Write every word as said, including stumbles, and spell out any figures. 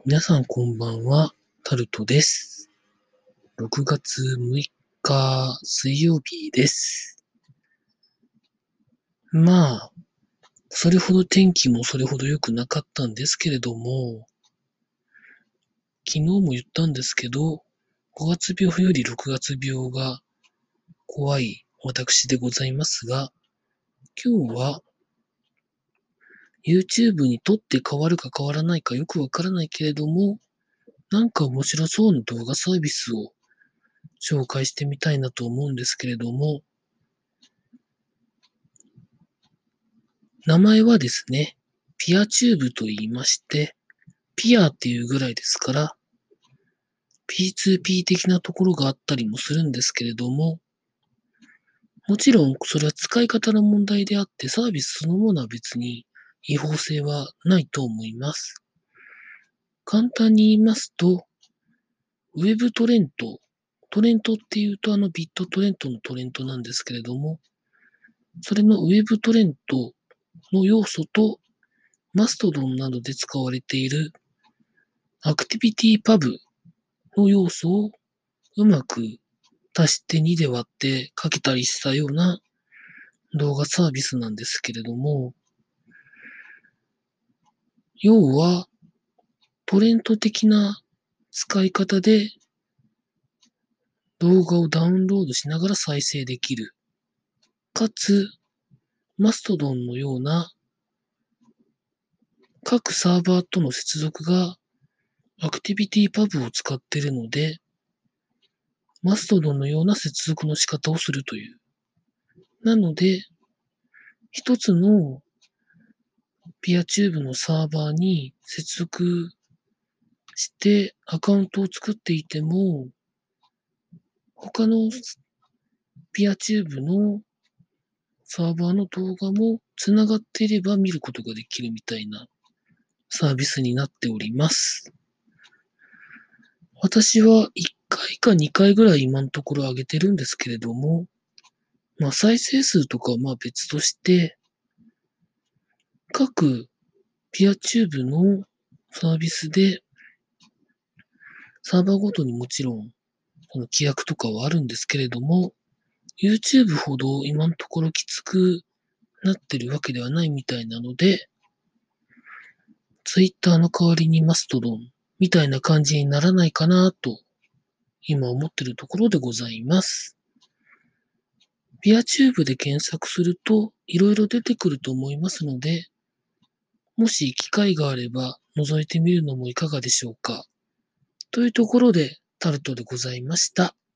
皆さんこんばんは、タルトです。ろくがつむいか水曜日です。まあ、それほど天気もそれほど良くなかったんですけれども、昨日も言ったんですけど、ごがつ病よりろくがつ病が怖い私でございますが、今日は YouTube に撮って変わるか変わらないかよくわからないけれども、なんか面白そうな動画サービスを紹介してみたいなと思うんですけれども、名前はですね、ピアチューブと言いまして、ピアっていうぐらいですから、ピーツーピー 的なところがあったりもするんですけれども、もちろんそれは使い方の問題であって、サービスそのものは別に違法性はないと思います。簡単に言いますと、ウェブトレント、トレントっていうとあのビットトレントのトレントなんですけれども、それのウェブトレントの要素とマストドンなどで使われているアクティビティパブの要素をうまく足してにで割ってかけたりしたような動画サービスなんですけれども、要はトレント的な使い方で動画をダウンロードしながら再生できる。かつ、マストドンのような各サーバーとの接続がアクティビティパブを使っているので、マストドンのような接続の仕方をするという。なので、一つのピアチューブのサーバーに接続してアカウントを作っていても、他のピアチューブのサーバーの動画も繋がっていれば見ることができるみたいなサービスになっております。私はいっかいかにかいぐらい今のところ上げてるんですけれども、まあ再生数とかはまあ別として、各ピアチューブのサービスでサーバーごとにもちろんその規約とかはあるんですけれども、YouTube ほど今のところきつくなってるわけではないみたいなので、Twitter の代わりにマストドンみたいな感じにならないかなと今思ってるところでございます。ピアチューブで検索するといろいろ出てくると思いますので、もし機会があれば覗いてみるのもいかがでしょうか。というところでタルトでございました。